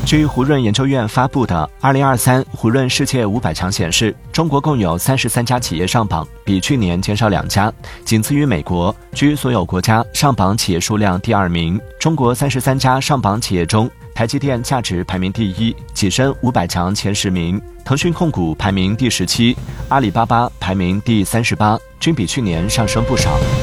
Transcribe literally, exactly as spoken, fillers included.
据胡润研究院发布的《二零二三胡润世界五百强》显示，中国共有三十三家企业上榜，比去年减少两家，仅次于美国，居所有国家上榜企业数量第二名。中国三十三家上榜企业中，台积电价值排名第一，跻身五百强前十名；腾讯控股排名第十七，阿里巴巴排名第三十八，均比去年上升不少。